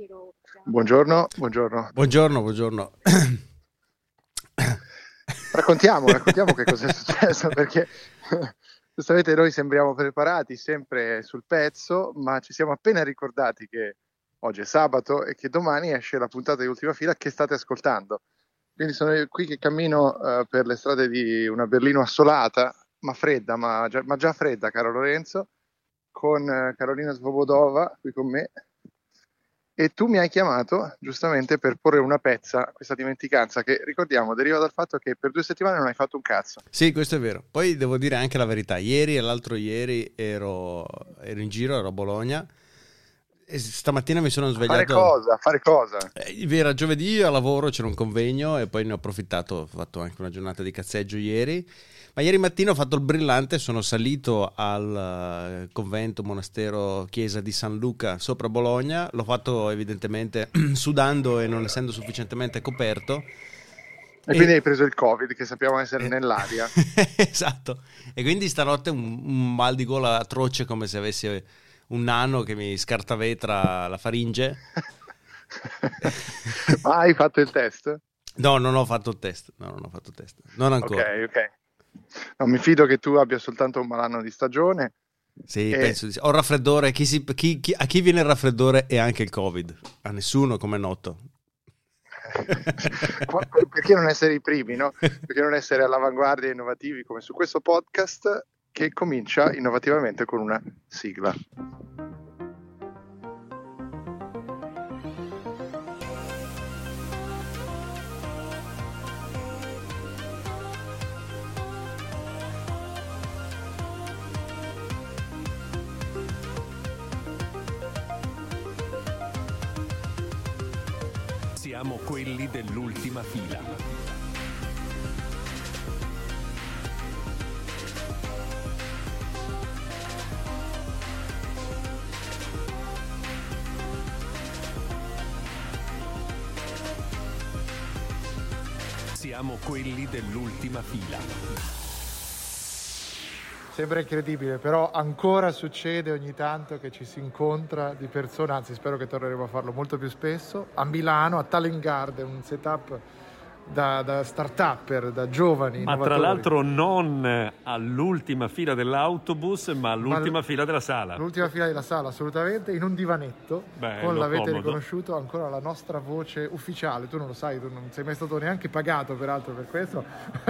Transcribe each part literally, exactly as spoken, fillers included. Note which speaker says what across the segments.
Speaker 1: Buongiorno, buongiorno.
Speaker 2: Buongiorno, buongiorno.
Speaker 1: Raccontiamo, raccontiamo che cosa è successo, perché giustamente noi sembriamo preparati, sempre sul pezzo, ma ci siamo appena ricordati che oggi è sabato e che domani esce la puntata di Ultima Fila che state ascoltando. Quindi sono io qui che cammino uh, per le strade di una Berlino assolata, ma fredda, ma già, ma già fredda, caro Lorenzo, con uh, Carolina Svobodova qui con me. E tu mi hai chiamato giustamente per porre una pezza a questa dimenticanza che, ricordiamo, deriva dal fatto che per due settimane non hai fatto un cazzo.
Speaker 2: Sì, questo è vero. Poi devo dire anche la verità. Ieri e l'altro ieri ero, ero in giro, ero a Bologna e stamattina mi sono svegliato.
Speaker 1: Fare cosa? Fare cosa?
Speaker 2: Eh, era giovedì, a lavoro, c'era un convegno e poi ne ho approfittato, ho fatto anche una giornata di cazzeggio ieri. Ma ieri mattina ho fatto il brillante, sono salito al convento, monastero, chiesa di San Luca sopra Bologna, l'ho fatto evidentemente sudando e non essendo sufficientemente coperto.
Speaker 1: E, e quindi hai preso il Covid, che sappiamo essere
Speaker 2: eh,
Speaker 1: nell'aria.
Speaker 2: Esatto, e quindi stanotte un, un mal di gola atroce, come se avessi un nano che mi scartavetra la faringe.
Speaker 1: Ma hai fatto il test?
Speaker 2: No, non ho fatto il test, no, non ho fatto il test, non ancora.
Speaker 1: Ok, ok. No, mi fido che tu abbia soltanto un malanno di stagione.
Speaker 2: Sì,
Speaker 1: e...
Speaker 2: penso di sì. Ho il raffreddore, chi si, chi, chi, a chi viene il raffreddore e anche il Covid? A nessuno, come è noto.
Speaker 1: Perché non essere i primi, no? Perché non essere all'avanguardia e innovativi come su questo podcast che comincia innovativamente con una sigla.
Speaker 3: Siamo quelli dell'ultima fila. Siamo quelli dell'ultima fila.
Speaker 4: Sembra incredibile, però ancora succede ogni tanto che ci si incontra di persona, anzi spero che torneremo a farlo molto più spesso, a Milano, a Talent Garden, un setup da, da start-upper, da giovani
Speaker 5: ma
Speaker 4: innovatori.
Speaker 5: Tra l'altro non all'ultima fila dell'autobus, ma all'ultima
Speaker 4: ma
Speaker 5: fila della sala.
Speaker 4: L'ultima fila della sala, assolutamente, in un divanetto.
Speaker 5: Bello,
Speaker 4: con, l'avete
Speaker 5: comodo.
Speaker 4: riconosciuto, ancora la nostra voce ufficiale. Tu non lo sai, tu non sei mai stato neanche pagato peraltro per questo.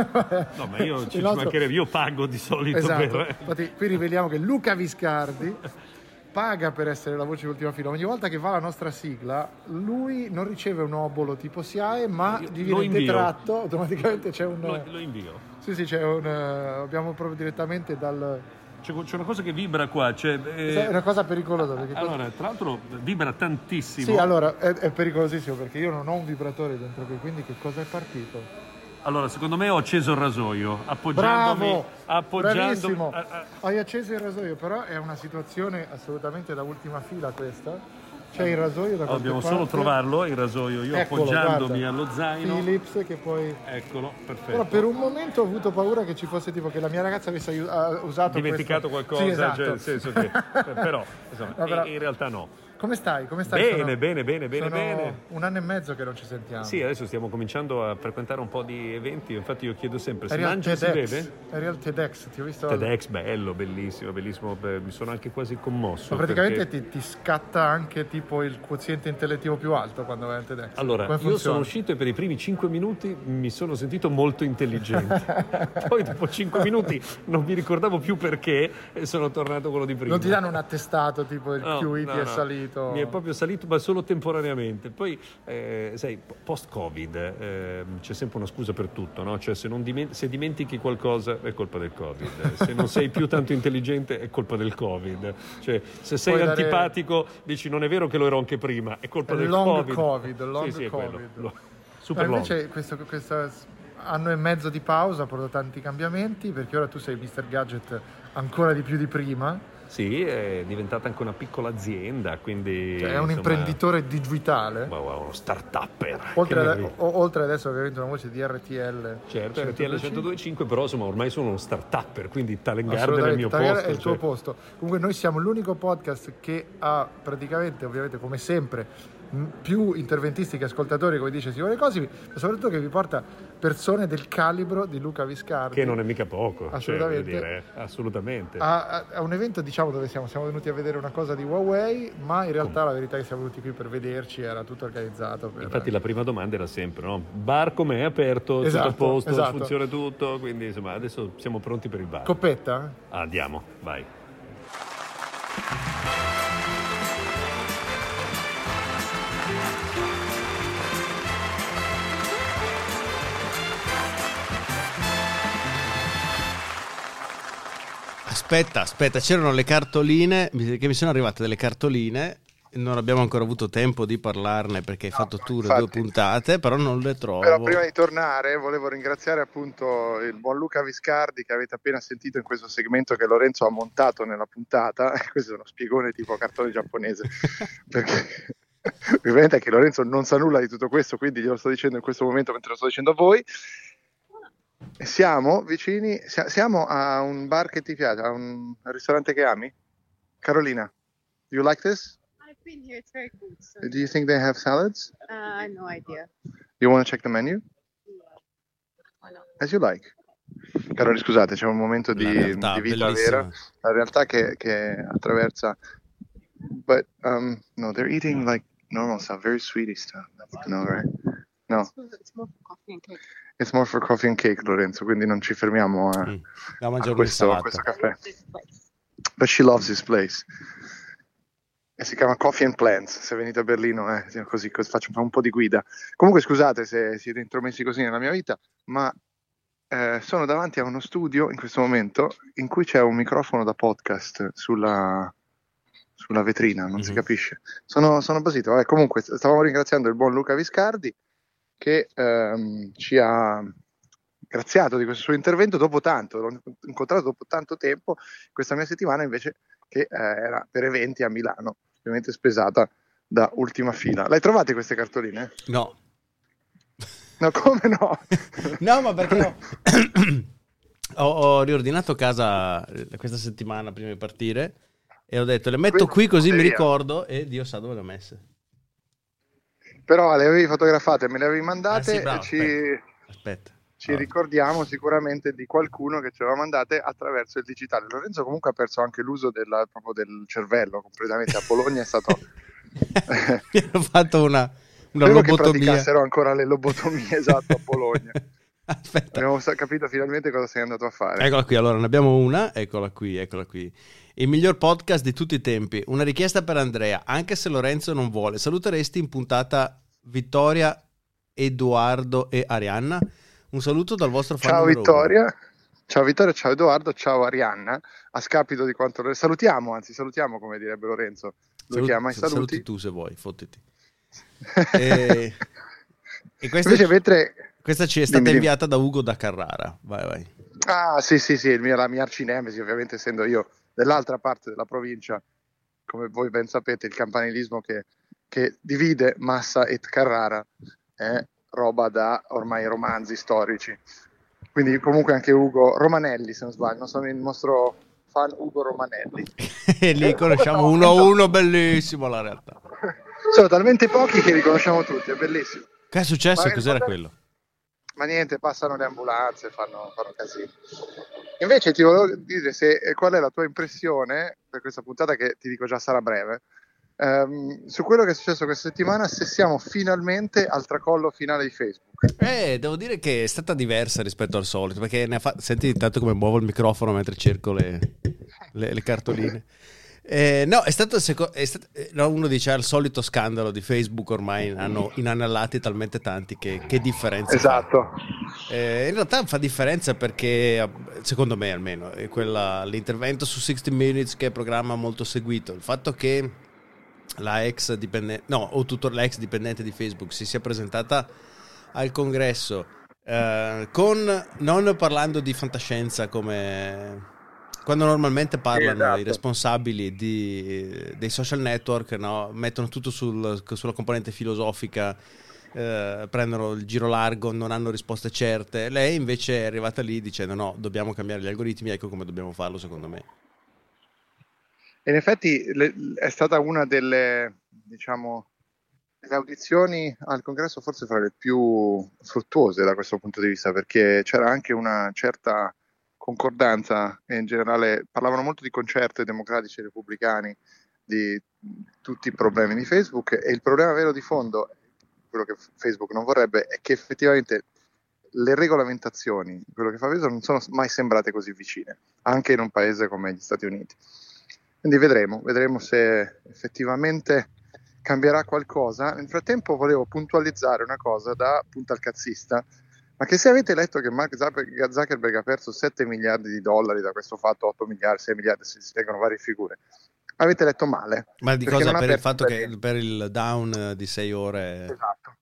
Speaker 5: No, ma io ci,
Speaker 4: nostro...
Speaker 5: mancherebbe, io pago di solito.
Speaker 4: Esatto.
Speaker 5: Per, eh.
Speaker 4: Infatti qui riveliamo che Luca Viscardi paga per essere la voce dell'ultima fila. Ogni volta che fa la nostra sigla, lui non riceve un obolo tipo S I A E, ma
Speaker 5: Io
Speaker 4: gli viene
Speaker 5: invio.
Speaker 4: detratto automaticamente. C'è un
Speaker 5: Lo, lo invio.
Speaker 4: Sì, sì, c'è un abbiamo proprio direttamente dal
Speaker 5: C'è, c'è una cosa che vibra qua. Cioè, eh...
Speaker 4: è una cosa pericolosa. Perché
Speaker 5: allora, tra l'altro, vibra tantissimo.
Speaker 4: Sì, allora è, è pericolosissimo perché io non ho un vibratore dentro qui, quindi che cosa è partito?
Speaker 5: Allora, secondo me ho acceso il rasoio, appoggiandomi...
Speaker 4: Bravo!
Speaker 5: appoggiandomi
Speaker 4: Bravissimo!
Speaker 5: a, a...
Speaker 4: Hai acceso il rasoio, però è una situazione assolutamente da ultima fila questa. C'è il rasoio da qualche
Speaker 5: Dobbiamo
Speaker 4: parte.
Speaker 5: solo trovarlo, il rasoio, io
Speaker 4: Eccolo,
Speaker 5: appoggiandomi
Speaker 4: guarda.
Speaker 5: allo zaino.
Speaker 4: Philips che poi...
Speaker 5: Eccolo, perfetto.
Speaker 4: Però per un momento ho avuto paura che ci fosse tipo che la mia ragazza avesse aiu- uh, usato
Speaker 5: dimenticato
Speaker 4: questo...
Speaker 5: qualcosa,
Speaker 4: Sì, esatto.
Speaker 5: cioè, nel senso che... però, insomma,
Speaker 4: No, però...
Speaker 5: in realtà no.
Speaker 4: Come stai? Come stai?
Speaker 5: Bene,
Speaker 4: sono...
Speaker 5: bene, bene, bene,
Speaker 4: sono
Speaker 5: bene.
Speaker 4: un anno e mezzo che non ci sentiamo.
Speaker 5: Sì, adesso stiamo cominciando a frequentare un po' di eventi, infatti io chiedo sempre, si
Speaker 4: Eri al
Speaker 5: mangia e si
Speaker 4: TEDx.
Speaker 5: beve?
Speaker 4: Eri al TEDx, ti ho visto...
Speaker 5: TEDx, bello, bellissimo, bellissimo, beh, mi sono anche quasi commosso.
Speaker 4: Ma praticamente
Speaker 5: perché...
Speaker 4: ti, ti scatta anche tipo il quoziente intellettivo più alto quando vai al TEDx.
Speaker 5: Allora,
Speaker 4: Come
Speaker 5: io
Speaker 4: funziona?
Speaker 5: sono uscito e per i primi cinque minuti mi sono sentito molto intelligente. Poi dopo cinque minuti non mi ricordavo più perché e sono tornato quello di prima.
Speaker 4: Non ti danno un attestato tipo il
Speaker 5: No,
Speaker 4: Q I
Speaker 5: no,
Speaker 4: ti è
Speaker 5: no.
Speaker 4: salito?
Speaker 5: Mi è proprio salito, ma solo temporaneamente. Poi, eh, sai, post-Covid eh, c'è sempre una scusa per tutto, no? Cioè, se, non diment- se dimentichi qualcosa è colpa del Covid. Se non sei più tanto intelligente è colpa del Covid. Cioè, se sei
Speaker 4: Puoi
Speaker 5: antipatico dici non è vero che lo ero anche prima, è colpa
Speaker 4: È
Speaker 5: del
Speaker 4: long
Speaker 5: Covid.
Speaker 4: Covid, long
Speaker 5: sì, sì, è
Speaker 4: Covid.
Speaker 5: quello. Lo- Super
Speaker 4: Ma
Speaker 5: long.
Speaker 4: invece questo, questo anno e mezzo di pausa ha portato tanti cambiamenti, perché ora tu sei mister Gadget ancora di più di prima.
Speaker 5: Sì, è diventata anche una piccola azienda, quindi...
Speaker 4: Cioè, è un
Speaker 5: insomma,
Speaker 4: imprenditore digitale.
Speaker 5: wow, wow, uno start-upper.
Speaker 4: Oltre,
Speaker 5: Che
Speaker 4: ad,
Speaker 5: meraviglia.
Speaker 4: o- oltre adesso ovviamente una voce di R T L.
Speaker 5: Certo, R T L centodue e cinque, però insomma ormai sono uno start-upper, quindi Talent Garden è il
Speaker 4: Assolutamente,
Speaker 5: mio
Speaker 4: Talent
Speaker 5: posto.
Speaker 4: è il tuo
Speaker 5: cioè.
Speaker 4: posto. Comunque noi siamo l'unico podcast che ha praticamente, ovviamente come sempre, mh, più interventisti che ascoltatori, come dice Simone Cosimi, ma soprattutto che vi porta persone del calibro di Luca Viscardi.
Speaker 5: Che non è mica poco.
Speaker 4: Assolutamente.
Speaker 5: Cioè, dire, assolutamente.
Speaker 4: A, a, a un evento, diciamo, dove siamo, siamo venuti a vedere una cosa di Huawei, ma in realtà la verità è che siamo venuti qui per vederci, era tutto organizzato. Per...
Speaker 5: Infatti la prima domanda era sempre, no? Bar com'è, aperto,
Speaker 4: esatto,
Speaker 5: tutto a posto,
Speaker 4: esatto.
Speaker 5: funziona tutto, quindi insomma adesso siamo pronti per il bar.
Speaker 4: Coppetta?
Speaker 5: Ah, andiamo, vai.
Speaker 2: Aspetta, aspetta, c'erano le cartoline, che mi sono arrivate delle cartoline, non abbiamo ancora avuto tempo di parlarne perché hai
Speaker 1: No,
Speaker 2: fatto
Speaker 1: no,
Speaker 2: tu le
Speaker 1: infatti.
Speaker 2: due puntate, però non le trovo.
Speaker 1: Però prima di tornare volevo ringraziare appunto il buon Luca Viscardi che avete appena sentito in questo segmento che Lorenzo ha montato nella puntata. Questo è uno spiegone tipo cartone giapponese, perché ovviamente che Lorenzo non sa nulla di tutto questo, quindi glielo sto dicendo in questo momento mentre lo sto dicendo a voi. Siamo vicini, siamo a un bar che ti piace, a un ristorante che ami? Carolina, do you like this?
Speaker 6: I've been here, it's very good. So.
Speaker 1: Do you think they have salads?
Speaker 6: Uh, I have no idea.
Speaker 1: You want to check the menu?
Speaker 6: Why not?
Speaker 1: As you like. Carolina, scusate, c'è un momento di,
Speaker 2: La realtà,
Speaker 1: di vita
Speaker 2: bellissima.
Speaker 1: vera, la realtà che, che attraversa. But um, no, they're eating like normal stuff, very sweety stuff. No, right? No,
Speaker 6: It's more, it's more for coffee and cake.
Speaker 1: it's more for coffee and cake, Lorenzo. Quindi non ci fermiamo a,
Speaker 2: Mm. Andiamo a
Speaker 1: a
Speaker 2: mangiare
Speaker 1: questo, a
Speaker 2: un'insalata.
Speaker 1: questo caffè.
Speaker 6: This place.
Speaker 1: But she loves this place. E si chiama Coffee and Plants. Se venite a Berlino, eh, così, così faccio un po' di guida. Comunque, scusate se siete intromessi così nella mia vita, ma eh, sono davanti a uno studio in questo momento in cui c'è un microfono da podcast sulla, sulla vetrina, non si
Speaker 2: Mhm.
Speaker 1: capisce. Sono, sono basito. Eh, comunque, stavamo ringraziando il buon Luca Viscardi che ehm, ci ha graziato di questo suo intervento dopo tanto, l'ho incontrato dopo tanto tempo, questa mia settimana invece che eh, era per eventi a Milano, ovviamente spesata da Ultima Fila. L'hai trovate queste cartoline?
Speaker 2: No.
Speaker 1: No, come no?
Speaker 2: No, ma perché ho, ho riordinato casa eh, questa settimana prima di partire e ho detto le metto
Speaker 1: Quindi
Speaker 2: qui così mi
Speaker 1: via.
Speaker 2: ricordo e Dio sa dove le ho messe.
Speaker 1: Però le avevi fotografate, me le avevi
Speaker 2: Ah,
Speaker 1: mandate
Speaker 2: sì, bravo,
Speaker 1: e ci,
Speaker 2: aspetta. Aspetta.
Speaker 1: ci
Speaker 2: Allora.
Speaker 1: ricordiamo sicuramente di qualcuno che ce l'aveva mandate attraverso il digitale. Lorenzo comunque ha perso anche l'uso della- proprio del cervello completamente. A Bologna è stato...
Speaker 2: Mi hanno fatto una, una
Speaker 1: Credo che
Speaker 2: lobotomia.
Speaker 1: praticassero ancora le lobotomie, esatto, a Bologna.
Speaker 2: Aspetta.
Speaker 1: Abbiamo sa- capito finalmente cosa sei andato a fare.
Speaker 2: Eccola qui, allora ne abbiamo una, eccola qui, eccola qui. Il miglior podcast di tutti i tempi. Una richiesta per Andrea, anche se Lorenzo non vuole. Saluteresti in puntata Vittoria, Edoardo e Arianna? Un saluto dal vostro fan
Speaker 1: Ciao
Speaker 2: numero
Speaker 1: Vittoria, ciao Vittoria, ciao Edoardo, ciao Arianna. A scapito di quanto... Salutiamo, anzi salutiamo come direbbe Lorenzo. Lui
Speaker 2: uno.
Speaker 1: che ama i
Speaker 2: Saluti,
Speaker 1: saluti.
Speaker 2: saluti tu se vuoi, fottiti. E, e questa,
Speaker 1: Invece mentre...
Speaker 2: questa ci è stata
Speaker 1: Dimmi, dimmi.
Speaker 2: inviata da Ugo da Carrara. Vai, vai.
Speaker 1: Ah sì sì sì, il mio- la mia arcinemesi, ovviamente essendo io dell'altra parte della provincia, come voi ben sapete, il campanilismo che, che divide Massa e Carrara è roba da ormai romanzi storici. Quindi comunque anche Ugo Romanelli, se non sbaglio, non sono il nostro fan Ugo Romanelli.
Speaker 2: E lì conosciamo uno a uno, bellissimo la realtà.
Speaker 1: Sono talmente pochi che li conosciamo tutti, è bellissimo.
Speaker 2: Che è successo?
Speaker 1: Ma-
Speaker 2: Cos'era quello?
Speaker 1: Ma niente, passano le ambulanze, fanno, fanno casino. Invece ti volevo dire se, eh, qual è la tua impressione per questa puntata, che ti dico già sarà breve, ehm, su quello che è successo questa settimana, se siamo finalmente al tracollo finale di Facebook.
Speaker 2: Eh, devo dire che è stata diversa rispetto al solito, perché ne ha fa... senti intanto come muovo il microfono mentre cerco le, le- le cartoline. Eh, no, è stato, il seco- è stato eh, no, uno dice al solito scandalo di Facebook, ormai ne hanno inanellati talmente tanti che, che differenza
Speaker 1: Esatto.
Speaker 2: fa? Eh, in realtà fa differenza perché, secondo me almeno, è quella, l'intervento su sessanta Minutes, che è un programma molto seguito, il fatto che la ex dipendente, no, o tuttora la ex dipendente di Facebook si sia presentata al congresso eh, con, non parlando di fantascienza come quando normalmente parlano
Speaker 1: Esatto.
Speaker 2: i responsabili di, dei social network, no? Mettono tutto sul- sulla componente filosofica, eh, prendono il giro largo, non hanno risposte certe. Lei invece è arrivata lì dicendo no, dobbiamo cambiare gli algoritmi, ecco come dobbiamo farlo secondo me.
Speaker 1: E in effetti le- è stata una delle, diciamo, le audizioni al congresso forse fra le più fruttuose da questo punto di vista, perché c'era anche una certa concordanza e in generale parlavano molto di concerto i democratici e i repubblicani di tutti i problemi di Facebook, e il problema vero di fondo, quello che Facebook non vorrebbe, è che effettivamente le regolamentazioni, quello che fa Facebook, non sono mai sembrate così vicine, anche in un paese come gli Stati Uniti. Quindi vedremo, vedremo se effettivamente cambierà qualcosa. Nel frattempo volevo puntualizzare una cosa da punta al cazzista, ma che se avete letto che Mark Zuckerberg ha perso sette miliardi di dollari da questo fatto, otto miliardi, sei miliardi, si leggono varie figure, avete letto male.
Speaker 2: Ma di cosa? Per il fatto che per, per il down di sei ore?
Speaker 1: Esatto.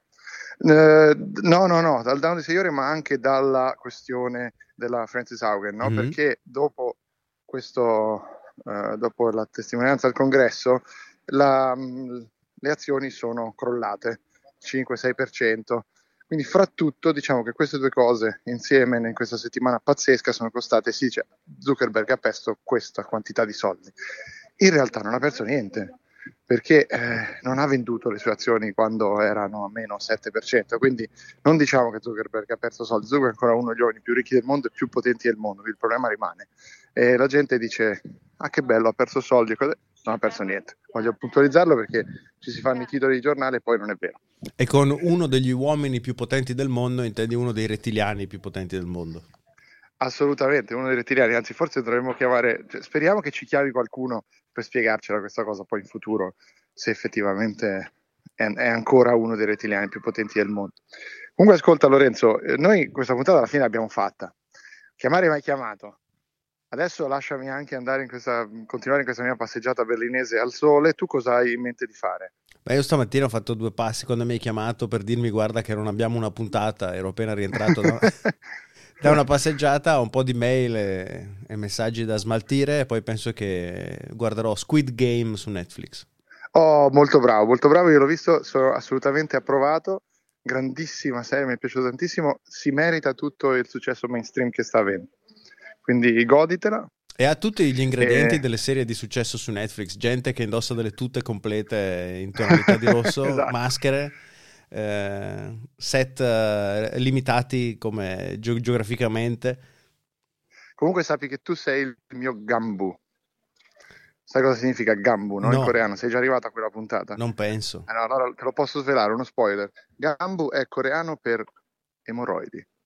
Speaker 1: Uh, no, no, no, dal down di sei ore, ma anche dalla questione della Frances Haugen, no? Mm-hmm. Perché dopo questo, uh, dopo la testimonianza al congresso, la, mh, le azioni sono crollate cinque sei per cento. Quindi fra tutto diciamo che queste due cose insieme in questa settimana pazzesca sono costate, si dice, Zuckerberg ha perso questa quantità di soldi. In realtà non ha perso niente, perché eh, non ha venduto le sue azioni quando erano a meno sette per cento, quindi non diciamo che Zuckerberg ha perso soldi. Zuckerberg è ancora uno degli uomini più ricchi del mondo e più potenti del mondo, il problema rimane. E la gente dice, ah che bello, ha perso soldi, non ha perso niente. Voglio puntualizzarlo perché ci si fanno i titoli di giornale e poi non è vero.
Speaker 2: E con uno degli uomini più potenti del mondo intendi uno dei rettiliani più potenti del mondo?
Speaker 1: Assolutamente, uno dei rettiliani, anzi forse dovremmo chiamare, cioè, speriamo che ci chiami qualcuno per spiegarcela questa cosa poi in futuro, se effettivamente è, è ancora uno dei rettiliani più potenti del mondo. Comunque ascolta Lorenzo, noi questa puntata alla fine l'abbiamo fatta, chiamare mi hai chiamato, adesso lasciami anche andare in questa, continuare in questa mia passeggiata berlinese al sole. Tu cosa hai in mente di fare?
Speaker 2: Beh, io stamattina ho fatto due passi quando mi hai chiamato per dirmi guarda che non abbiamo una puntata, ero appena rientrato da... da una passeggiata, ho un po' di mail e, e messaggi da smaltire e poi penso che guarderò Squid Game su Netflix.
Speaker 1: Oh, molto bravo, molto bravo, io l'ho visto, sono assolutamente approvato, grandissima serie, mi è piaciuto tantissimo, si merita tutto il successo mainstream che sta avendo, quindi goditela.
Speaker 2: E ha tutti gli ingredienti
Speaker 1: e...
Speaker 2: delle serie di successo su Netflix, gente che indossa delle tute complete in tonalità di rosso, esatto. Maschere. Eh, set eh, limitati come ge- geograficamente.
Speaker 1: Comunque sappi che tu sei il mio Gambu. Sai cosa significa Gambu, no?
Speaker 2: No.
Speaker 1: In coreano, sei già arrivato a quella puntata?
Speaker 2: Non penso.
Speaker 1: Eh no, allora te lo posso svelare, uno spoiler. Gambu è coreano per emorroidi.